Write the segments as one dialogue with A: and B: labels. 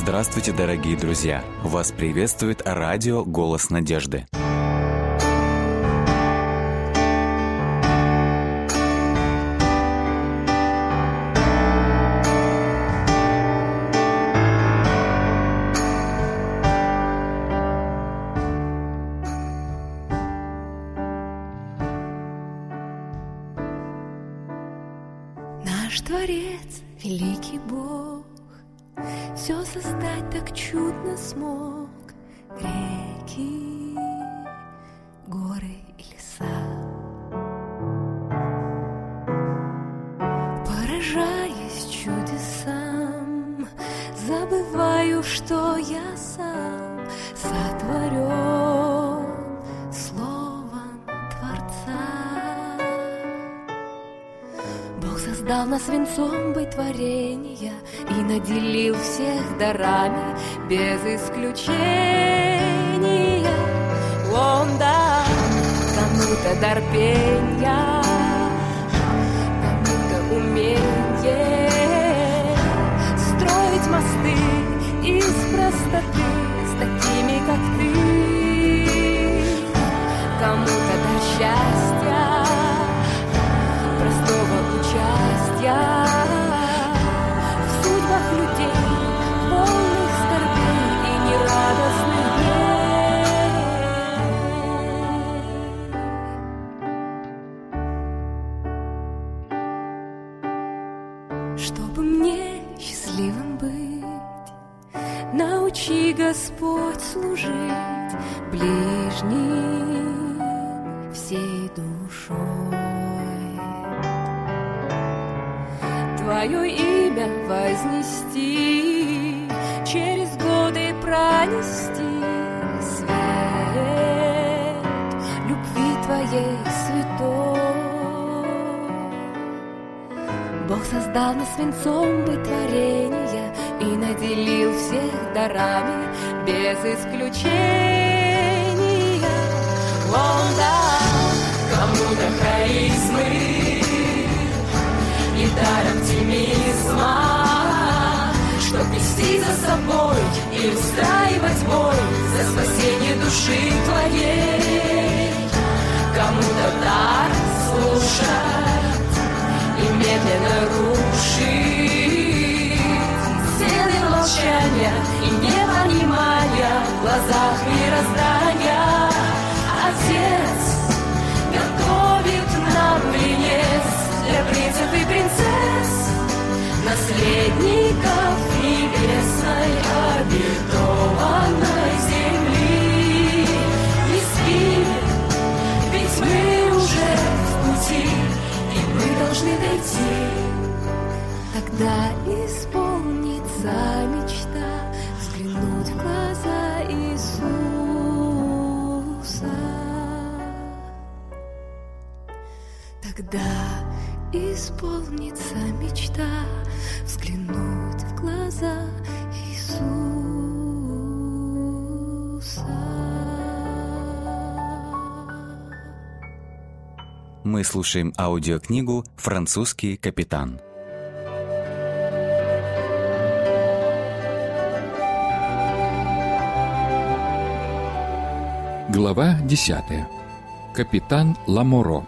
A: Здравствуйте, дорогие друзья! Вас приветствует радио «Голос надежды».
B: Наш Творец, великий Бог, все создать так чудно смог. Реки, горы и леса. Поражаясь чудесам, забываю, что я сам сотворен словом Творца. Бог создал нас венцом быть творения и наделил всех дарами без исключения. Он дал кому-то дар пения, кому-то умение строить мосты из простоты с такими, как ты. Кому-то дар счастья, простого участия в судьбах людей, полных скорбей и нерадостных дней. Чтобы мне счастливым быть, научи, Господь, служить ближним всей душой. Твое имя вознести, через годы пронести свет любви Твоей святой. Бог создал нас венцом быть творения и наделил всех дарами без исключения. Он дал кому-то харизмы и дар оптимизма, чтоб вести за собой и устраивать бой за спасение души твоей. Кому-то дар слушать и медленно рушить стены молчания и непонимания в глазах мироздания. Отец готовит нам венец для принцев и принцесс, наследников небесной обетованной земли. Не спи, ведь мы уже в пути, и мы должны дойти. Тогда исполнится мечта взглянуть в глаза Иисуса. Тогда исполнится мечта взглянуть в глаза Иисуса.
A: Мы слушаем аудиокнигу «Французский капитан».
C: Глава 10. Капитан Ламоро.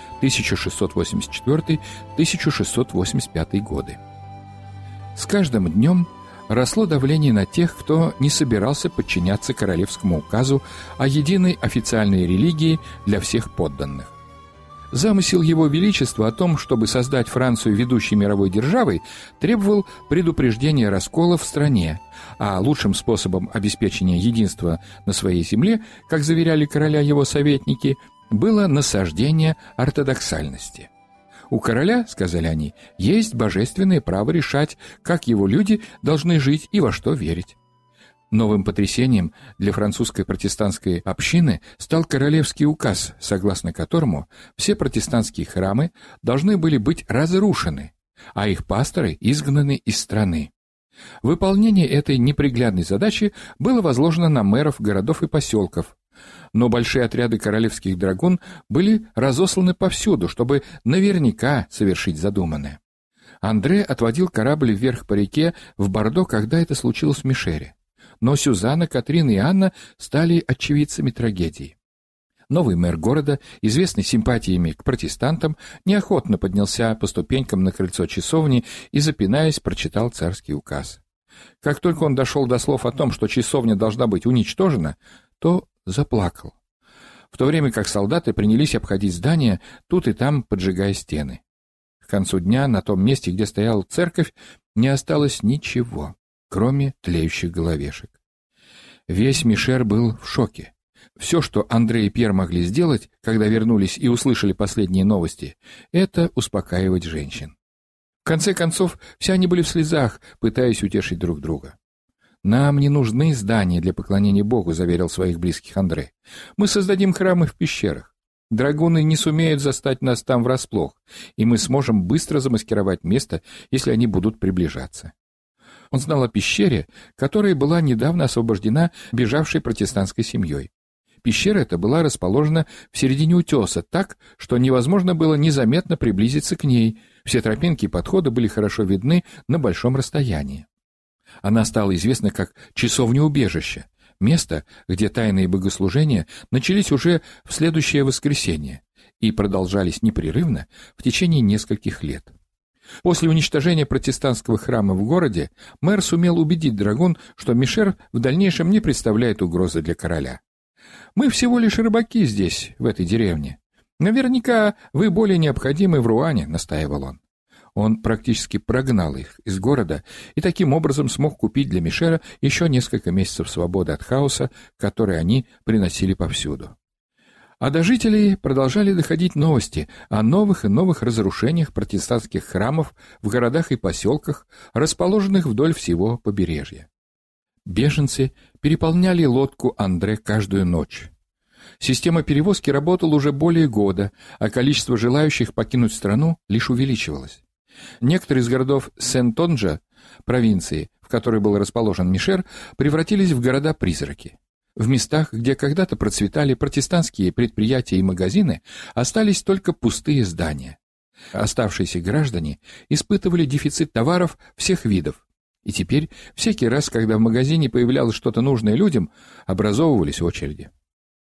C: 1684-1685 годы. С каждым днем росло давление на тех, кто не собирался подчиняться королевскому указу о единой официальной религии для всех подданных. Замысел Его Величества о том, чтобы создать Францию ведущей мировой державой, требовал предупреждения расколов в стране, а лучшим способом обеспечения единства на своей земле, как заверяли короля его советники, было насаждение ортодоксальности. У короля, сказали они, есть божественное право решать, как его люди должны жить и во что верить. Новым потрясением для французской протестантской общины стал королевский указ, согласно которому все протестантские храмы должны были быть разрушены, а их пасторы изгнаны из страны. Выполнение этой неприглядной задачи было возложено на мэров городов и поселков, но большие отряды королевских драгун были разосланы повсюду, чтобы наверняка совершить задуманное. Андре отводил корабль вверх по реке в Бордо, когда это случилось в Мишере. Но Сюзанна, Катрин и Анна стали очевидцами трагедии. Новый мэр города, известный симпатиями к протестантам, неохотно поднялся по ступенькам на крыльцо часовни и, запинаясь, прочитал царский указ. Как только он дошел до слов о том, что часовня должна быть уничтожена, то заплакал, в то время как солдаты принялись обходить здание, тут и там поджигая стены. К концу дня на том месте, где стояла церковь, не осталось ничего, кроме тлеющих головешек. Весь Мишер был в шоке. Все, что Андре и Пьер могли сделать, когда вернулись и услышали последние новости, это успокаивать женщин. В конце концов, все они были в слезах, пытаясь утешить друг друга. «Нам не нужны здания для поклонения Богу», — заверил своих близких Андре. «Мы создадим храмы в пещерах. Драгуны не сумеют застать нас там врасплох, и мы сможем быстро замаскировать место, если они будут приближаться». Он знал о пещере, которая была недавно освобождена бежавшей протестантской семьей. Пещера эта была расположена в середине утеса так, что невозможно было незаметно приблизиться к ней. Все тропинки и подходы были хорошо видны на большом расстоянии. Она стала известна как часовня-убежище, место, где тайные богослужения начались уже в следующее воскресенье и продолжались непрерывно в течение нескольких лет. После уничтожения протестантского храма в городе мэр сумел убедить драгун, что Мишер в дальнейшем не представляет угрозы для короля. «Мы всего лишь рыбаки здесь, в этой деревне. Наверняка вы более необходимы в Руане», — настаивал он. Он практически прогнал их из города и таким образом смог купить для Мишера еще несколько месяцев свободы от хаоса, который они приносили повсюду. А до жителей продолжали доходить новости о новых и новых разрушениях протестантских храмов в городах и поселках, расположенных вдоль всего побережья. Беженцы переполняли лодку Андре каждую ночь. Система перевозки работала уже более года, а количество желающих покинуть страну лишь увеличивалось. Некоторые из городов Сен-Тонжа, провинции, в которой был расположен Мишер, превратились в города-призраки. В местах, где когда-то процветали протестантские предприятия и магазины, остались только пустые здания. Оставшиеся граждане испытывали дефицит товаров всех видов, и теперь всякий раз, когда в магазине появлялось что-то нужное людям, образовывались очереди.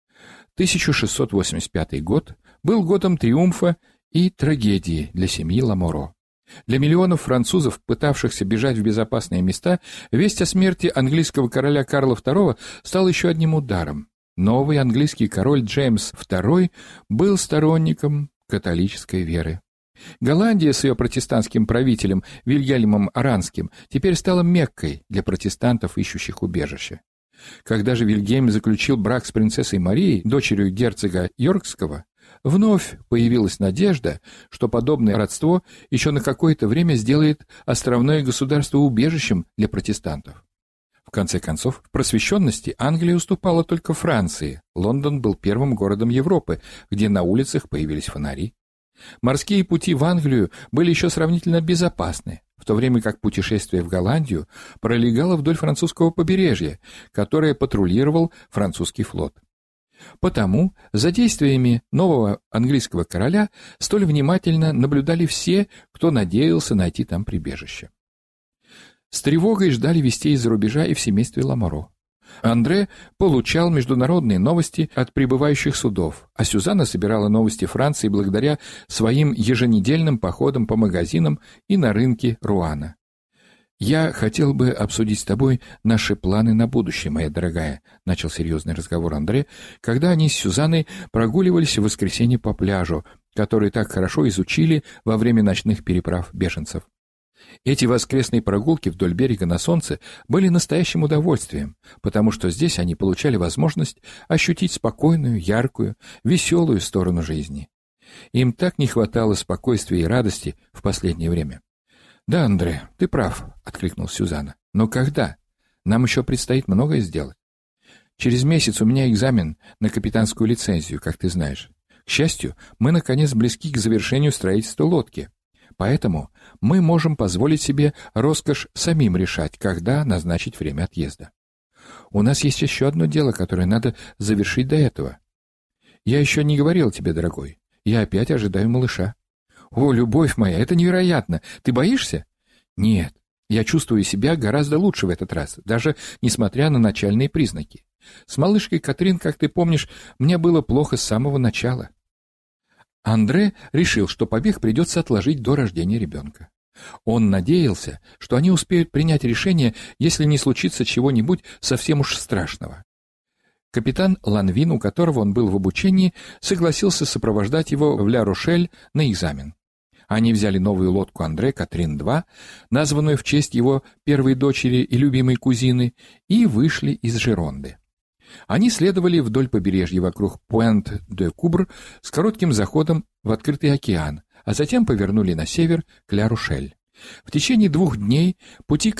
C: 1685 год был годом триумфа и трагедии для семьи Ламоро. Для миллионов французов, пытавшихся бежать в безопасные места, весть о смерти английского короля Карла II стала еще одним ударом. Новый английский король Джеймс II был сторонником католической веры. Голландия с ее протестантским правителем Вильгельмом Оранским теперь стала Меккой для протестантов, ищущих убежище. Когда же Вильгельм заключил брак с принцессой Марией, дочерью герцога Йоркского, вновь появилась надежда, что подобное родство еще на какое-то время сделает островное государство убежищем для протестантов. В конце концов, в просвещенности Англия уступала только Франции. Лондон был первым городом Европы, где на улицах появились фонари. Морские пути в Англию были еще сравнительно безопасны, в то время как путешествие в Голландию пролегало вдоль французского побережья, которое патрулировал французский флот. Потому за действиями нового английского короля столь внимательно наблюдали все, кто надеялся найти там прибежище. С тревогой ждали вестей из-за рубежа и в семействе Ламоро. Андре получал международные новости от прибывающих судов, а Сюзанна собирала новости Франции благодаря своим еженедельным походам по магазинам и на рынке Руана. «Я хотел бы обсудить с тобой наши планы на будущее, моя дорогая», — начал серьезный разговор Андре, когда они с Сюзанной прогуливались в воскресенье по пляжу, который так хорошо изучили во время ночных переправ беженцев. Эти воскресные прогулки вдоль берега на солнце были настоящим удовольствием, потому что здесь они получали возможность ощутить спокойную, яркую, веселую сторону жизни. Им так не хватало спокойствия и радости в последнее время. «Да, Андре, ты прав», — откликнулась Сюзанна. «Но когда? Нам еще предстоит многое сделать. Через месяц у меня экзамен на капитанскую лицензию, как ты знаешь. К счастью, мы, наконец, близки к завершению строительства лодки. Поэтому мы можем позволить себе роскошь самим решать, когда назначить время отъезда. У нас есть еще одно дело, которое надо завершить до этого. Я еще не говорил тебе, дорогой, я опять ожидаю малыша. «О, любовь моя, это невероятно! Ты боишься?» «Нет, я чувствую себя гораздо лучше в этот раз, даже несмотря на начальные признаки. С малышкой Катрин, как ты помнишь, мне было плохо с самого начала». Андре решил, что побег придется отложить до рождения ребенка. Он надеялся, что они успеют принять решение, если не случится чего-нибудь совсем уж страшного. Капитан Ланвин, у которого он был в обучении, согласился сопровождать его в Ля-Рошель на экзамен. Они взяли новую лодку Андре, Катрин-2, названную в честь его первой дочери и любимой кузины, и вышли из Жеронды. Они следовали вдоль побережья вокруг Пуэнт-де-Кубр с коротким заходом в открытый океан, а затем повернули на север к Ля-Рошель. В течение 2 дней пути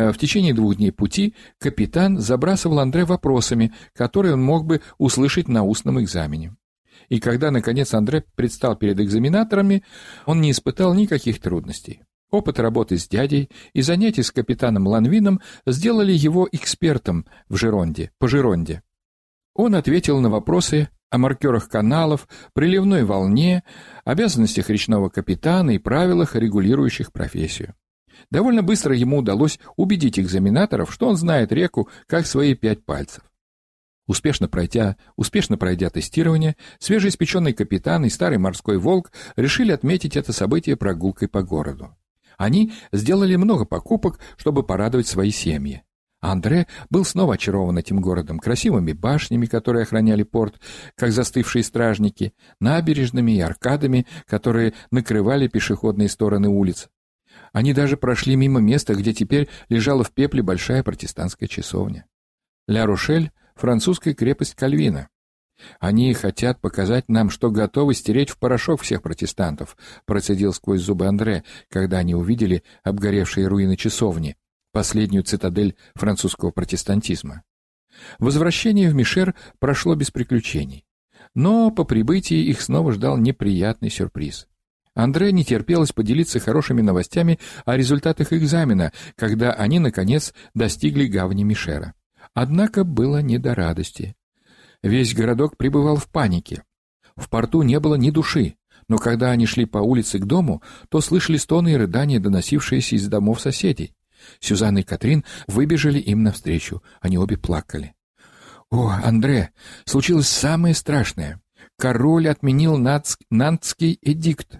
C: капитан забрасывал Андре вопросами, которые он мог бы услышать на устном экзамене. И когда, наконец, Андре предстал перед экзаменаторами, он не испытал никаких трудностей. Опыт работы с дядей и занятия с капитаном Ланвином сделали его экспертом по Жеронде. Он ответил на вопросы о маркерах каналов, приливной волне, обязанностях речного капитана и правилах, регулирующих профессию. Довольно быстро ему удалось убедить экзаменаторов, что он знает реку как свои 5 пальцев. Успешно пройдя тестирование, свежеиспеченный капитан и старый морской волк решили отметить это событие прогулкой по городу. Они сделали много покупок, чтобы порадовать свои семьи. Андре был снова очарован этим городом, красивыми башнями, которые охраняли порт, как застывшие стражники, набережными и аркадами, которые накрывали пешеходные стороны улиц. Они даже прошли мимо места, где теперь лежала в пепле большая протестантская часовня. Ля-Рошель — французская крепость Кальвина. «Они хотят показать нам, что готовы стереть в порошок всех протестантов», процедил сквозь зубы Андре, когда они увидели обгоревшие руины часовни, последнюю цитадель французского протестантизма. Возвращение в Мишер прошло без приключений. Но по прибытии их снова ждал неприятный сюрприз. Андре не терпелось поделиться хорошими новостями о результатах экзамена, когда они, наконец, достигли гавани Мишера. Однако было не до радости. Весь городок пребывал в панике. В порту не было ни души, но когда они шли по улице к дому, то слышали стоны и рыдания, доносившиеся из домов соседей. Сюзанна и Катрин выбежали им навстречу. Они обе плакали. «О, Андре, случилось самое страшное. Король отменил Нантский эдикт.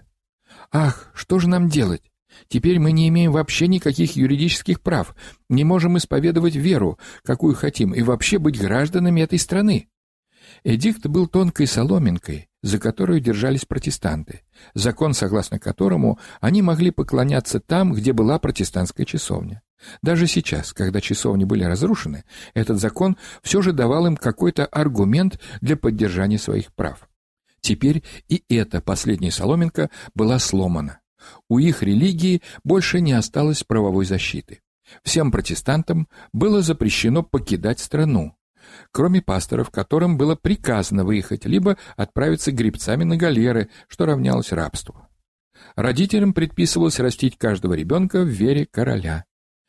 C: Ах, что же нам делать? Теперь мы не имеем вообще никаких юридических прав, не можем исповедовать веру, какую хотим, и вообще быть гражданами этой страны». Эдикт был тонкой соломинкой, за которую держались протестанты, закон, согласно которому они могли поклоняться там, где была протестантская часовня. Даже сейчас, когда часовни были разрушены, этот закон все же давал им какой-то аргумент для поддержания своих прав. Теперь и эта последняя соломинка была сломана. У их религии больше не осталось правовой защиты. Всем протестантам было запрещено покидать страну, кроме пасторов, которым было приказано выехать, либо отправиться гребцами на галеры, что равнялось рабству. Родителям предписывалось растить каждого ребенка в вере короля.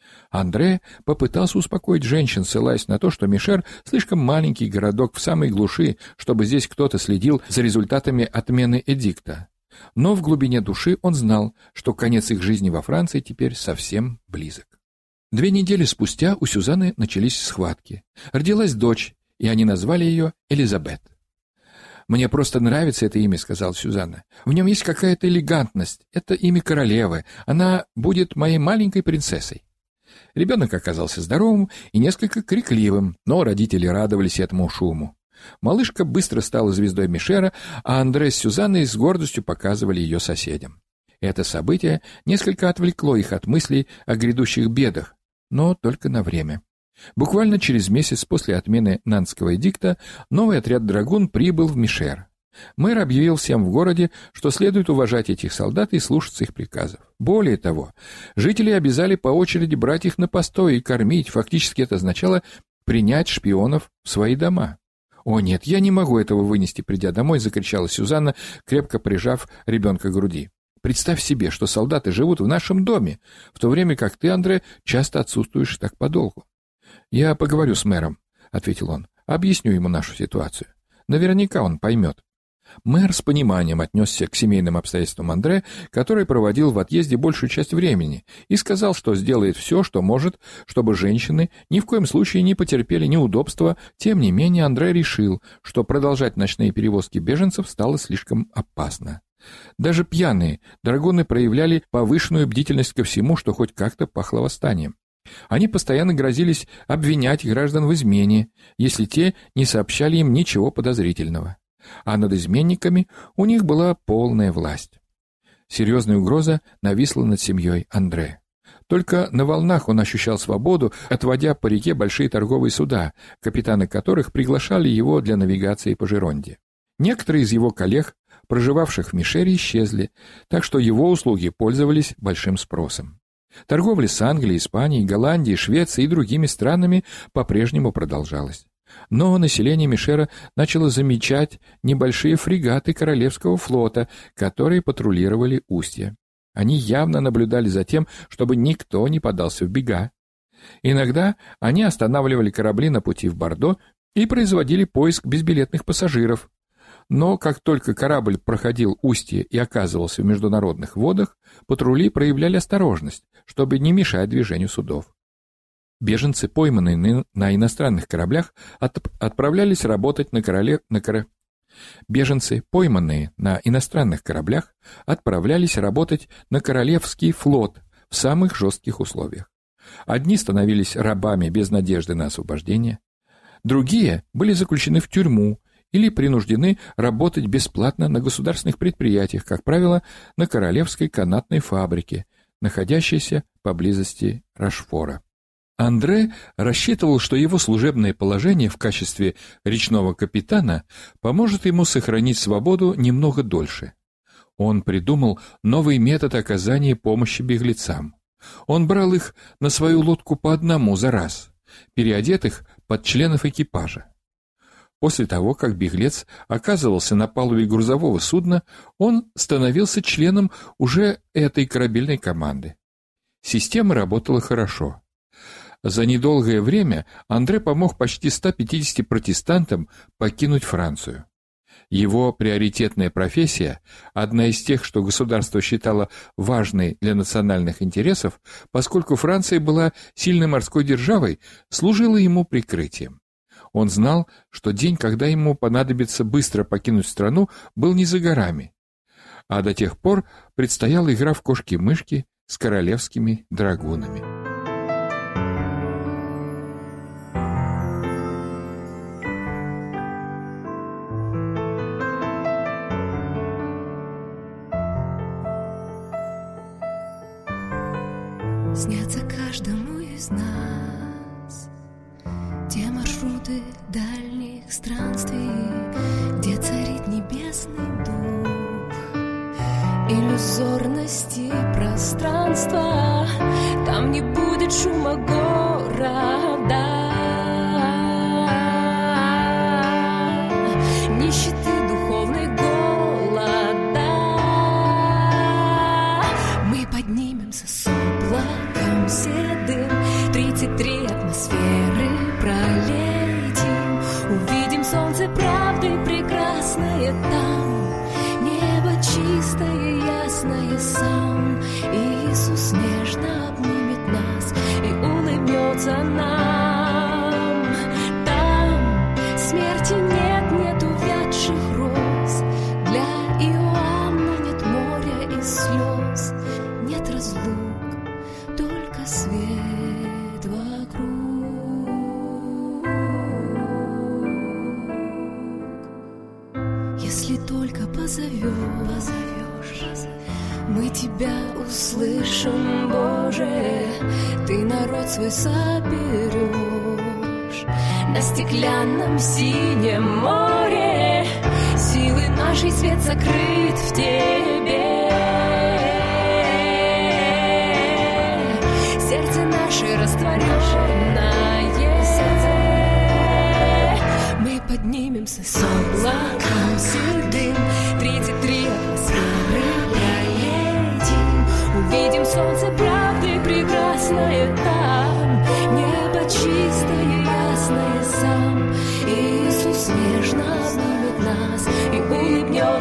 C: Андре попытался успокоить женщин, ссылаясь на то, что Мишер — слишком маленький городок в самой глуши, чтобы здесь кто-то следил за результатами отмены эдикта. Но в глубине души он знал, что конец их жизни во Франции теперь совсем близок. 2 недели спустя у Сюзанны начались схватки. Родилась дочь, и они назвали ее Элизабет. «Мне просто нравится это имя», — сказала Сюзанна. «В нем есть какая-то элегантность. Это имя королевы. Она будет моей маленькой принцессой». Ребенок оказался здоровым и несколько крикливым, но родители радовались этому шуму. Малышка быстро стала звездой Мишера, а Андре с Сюзанной с гордостью показывали ее соседям. Это событие несколько отвлекло их от мыслей о грядущих бедах, но только на время. Буквально через месяц после отмены Нантского эдикта новый отряд драгун прибыл в Мишер. Мэр объявил всем в городе, что следует уважать этих солдат и слушаться их приказов. Более того, жители обязали по очереди брать их на постой и кормить. Фактически это означало принять шпионов в свои дома. «О нет, я не могу этого вынести, придя домой», — закричала Сюзанна, крепко прижав ребенка к груди. «Представь себе, что солдаты живут в нашем доме, в то время как ты, Андре, часто отсутствуешь так подолгу». «Я поговорю с мэром», — ответил он, — «объясню ему нашу ситуацию. Наверняка он поймет». Мэр с пониманием отнесся к семейным обстоятельствам Андре, который проводил в отъезде большую часть времени, и сказал, что сделает все, что может, чтобы женщины ни в коем случае не потерпели неудобства. Тем не менее, Андре решил, что продолжать ночные перевозки беженцев стало слишком опасно. Даже пьяные драгуны проявляли повышенную бдительность ко всему, что хоть как-то пахло восстанием. Они постоянно грозились обвинять граждан в измене, если те не сообщали им ничего подозрительного. А над изменниками у них была полная власть. Серьезная угроза нависла над семьей Андре. Только на волнах он ощущал свободу, отводя по реке большие торговые суда, капитаны которых приглашали его для навигации по Жеронде. Некоторые из его коллег, проживавших в Мишере, исчезли, так что его услуги пользовались большим спросом. Торговля с Англией, Испанией, Голландией, Швецией и другими странами по-прежнему продолжалась. Но население Мишера начало замечать небольшие фрегаты Королевского флота, которые патрулировали устье. Они явно наблюдали за тем, чтобы никто не подался в бега. Иногда они останавливали корабли на пути в Бордо и производили поиск безбилетных пассажиров. Но как только корабль проходил устье и оказывался в международных водах, патрули проявляли осторожность, чтобы не мешать движению судов. Беженцы, пойманные на иностранных кораблях, отправлялись работать Беженцы, пойманные на иностранных кораблях, отправлялись работать на Королевский флот в самых жестких условиях. Одни становились рабами без надежды на освобождение, другие были заключены в тюрьму или принуждены работать бесплатно на государственных предприятиях, как правило, на Королевской канатной фабрике, находящейся поблизости Рошфора. Андре рассчитывал, что его служебное положение в качестве речного капитана поможет ему сохранить свободу немного дольше. Он придумал новый метод оказания помощи беглецам. Он брал их на свою лодку по одному за раз, переодетых под членов экипажа. После того, как беглец оказывался на палубе грузового судна, он становился членом уже этой корабельной команды. Система работала хорошо. За недолгое время Андре помог почти 150 протестантам покинуть Францию. Его приоритетная профессия, одна из тех, что государство считало важной для национальных интересов, поскольку Франция была сильной морской державой, служила ему прикрытием. Он знал, что день, когда ему понадобится быстро покинуть страну, был не за горами, а до тех пор предстояла игра в кошки-мышки с королевскими драгунами.
B: Снятся каждому из нас те маршруты дальних странствий, где царит небесный дух иллюзорности пространства. Там не будет шума города, нищеты духовной голода. Мы поднимемся с облаком седым, 33 атмосферы пролетим, увидим солнце правды прекрасное там, небо чистое, ясное сам. Иисус нежно обнимет нас и улыбнется нам. Там смерти нет, нет увядших роз, для Иоанна нет моря и слез, нет разлук, только свет вокруг. Если только позовешь, мы тебя услышим, Боже. Ты народ свой соберешь на стеклянном синем море. Силы нашей свет сокрыт в тебе. Сердце наше растворенное. Мы поднимемся с облаком седым, 33 атмосферы пролетим, увидим солнце правды прекрасное там, небо чистое, ясное сам. Иисус нежно обнимет нас и улыбнется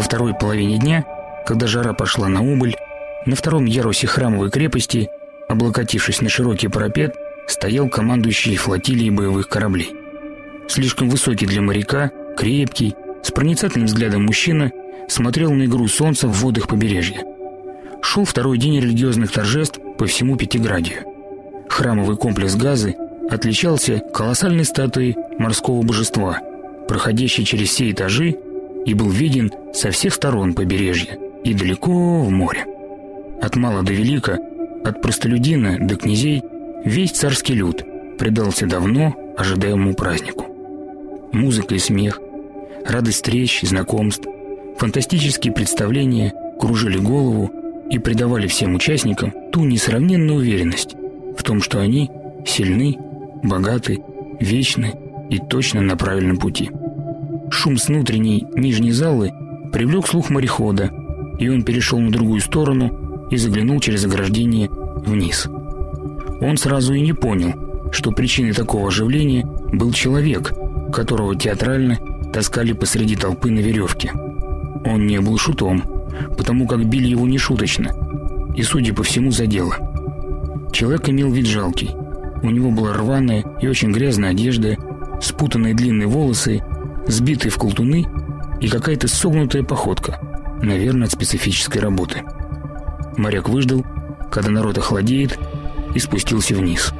D: Во второй половине дня, когда жара пошла на убыль, на втором ярусе храмовой крепости, облокотившись на широкий парапет, стоял командующий флотилией боевых кораблей. Слишком высокий для моряка, крепкий, с проницательным взглядом мужчина смотрел на игру солнца в водах побережья. Шел второй день религиозных торжеств по всему Пятиградию. Храмовый комплекс Газы отличался колоссальной статуей морского божества, проходящей через все этажи, и был виден со всех сторон побережья и далеко в море. От мала до велика, от простолюдина до князей, весь царский люд предался давно ожидаемому празднику. Музыка и смех, радость встреч, знакомств, фантастические представления кружили голову и придавали всем участникам ту несравненную уверенность в том, что они сильны, богаты, вечны и точно на правильном пути. Шум с внутренней нижней залы привлек слух морехода, и он перешел на другую сторону и заглянул через ограждение вниз. Он сразу и не понял, что причиной такого оживления был человек, которого театрально таскали посреди толпы на веревке. Он не был шутом, потому как били его нешуточно, и, судя по всему, за дело. Человек имел вид жалкий. У него была рваная и очень грязная одежда, спутанные длинные волосы, сбитые в колтуны и какая-то согнутая походка, наверное, от специфической работы. Моряк выждал, когда народ охладеет, и спустился вниз.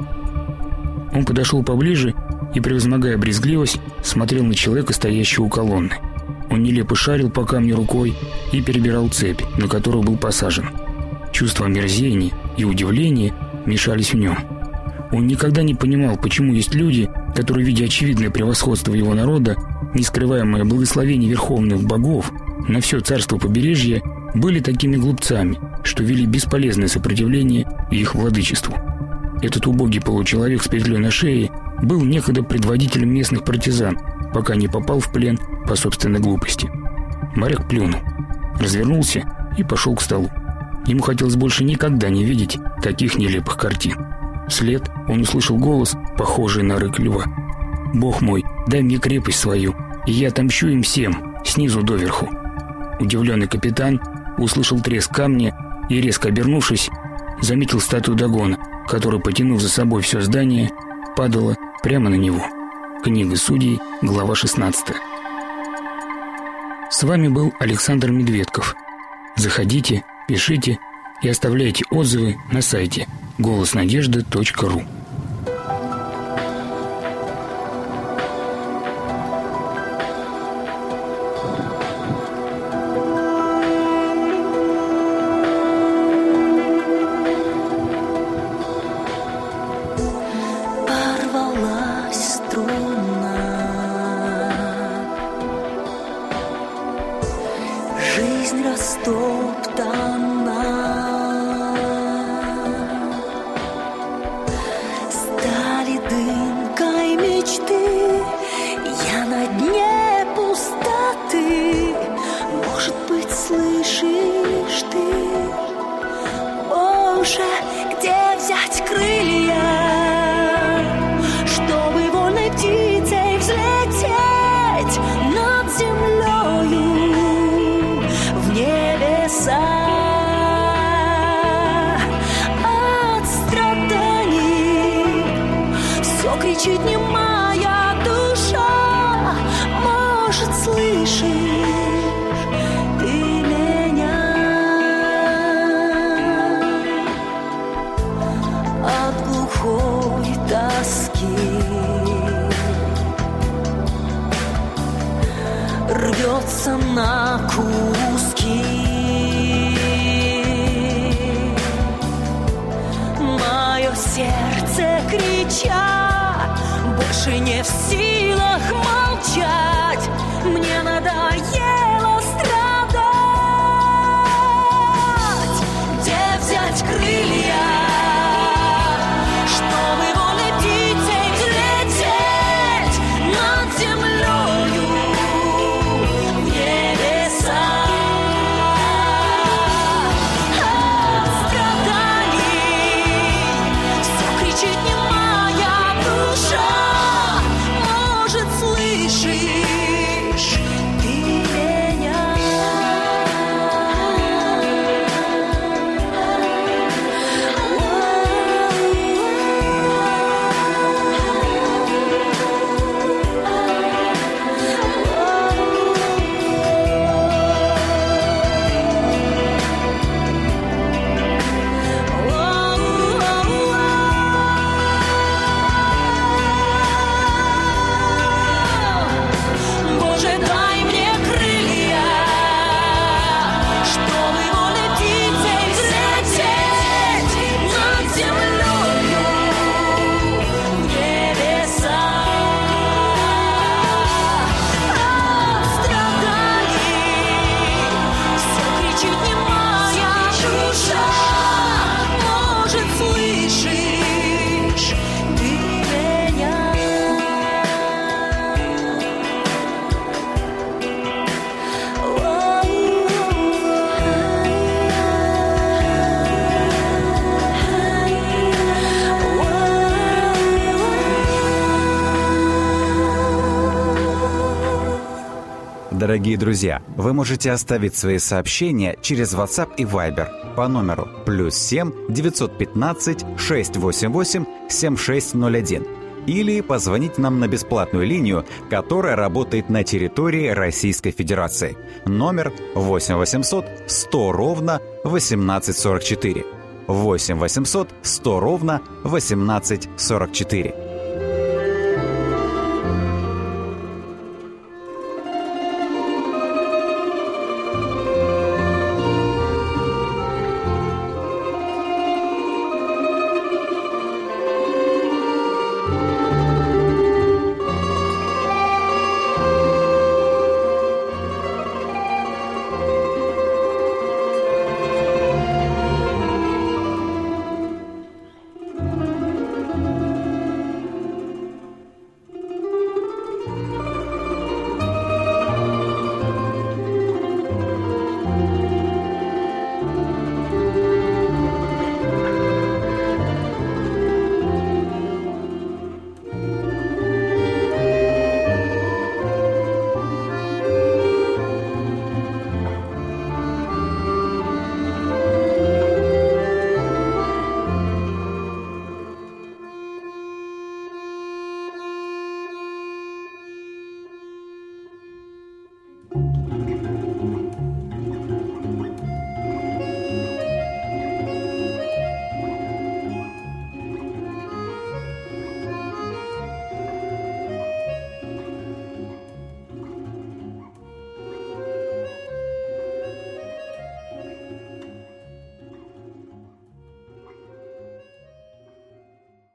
D: Он подошел поближе и, превозмогая брезгливость, смотрел на человека, стоящего у колонны. Он нелепо шарил по камню рукой и перебирал цепь, на которую был посажен. Чувства омерзения и удивления мешались в нем. Он никогда не понимал, почему есть люди, которые, видя очевидное превосходство его народа, нескрываемое благословение верховных богов на все царство побережья, были такими глупцами, что вели бесполезное сопротивление их владычеству. Этот убогий получеловек с петлей на шее был некогда предводителем местных партизан, пока не попал в плен по собственной глупости. Моряк плюнул, развернулся и пошел к столу. Ему хотелось больше никогда не видеть таких нелепых картин. Вслед он услышал голос, похожий на рык льва. «Бог мой, дай мне крепость свою, и я отомщу им всем, снизу доверху». Удивленный капитан услышал треск камня и, резко обернувшись, заметил статую Дагона, которая, потянув за собой все здание, падала прямо на него. Книга Судей, глава 16. С вами был Александр Медведков. Заходите, пишите и оставляйте отзывы на сайте голоснадежды.ру.
E: Жизнь растоптана, стали дымкой мечты, я на дне пустоты. Может быть, слышишь ты, Боже, где взять крылья, чтобы вольной птицей взлететь над землею в небеса? От страданий все кричит немая душа. Может, слышишь ты меня? От глухой тоски рвется на куски мое сердце, крича, больше не в силах молчать. Мне надоело страдать. Где взять крылья, чтобы вольной птицей взлететь над землею в небеса? От страданий все кричит немая душа. Может, слышишь ты меня?
A: Дорогие друзья, вы можете оставить свои сообщения через WhatsApp и Viber по номеру +7 915 688 7601 или позвонить нам на бесплатную линию, которая работает на территории Российской Федерации. Номер 8 800 100 ровно 1844. 8 800 100 ровно 1844.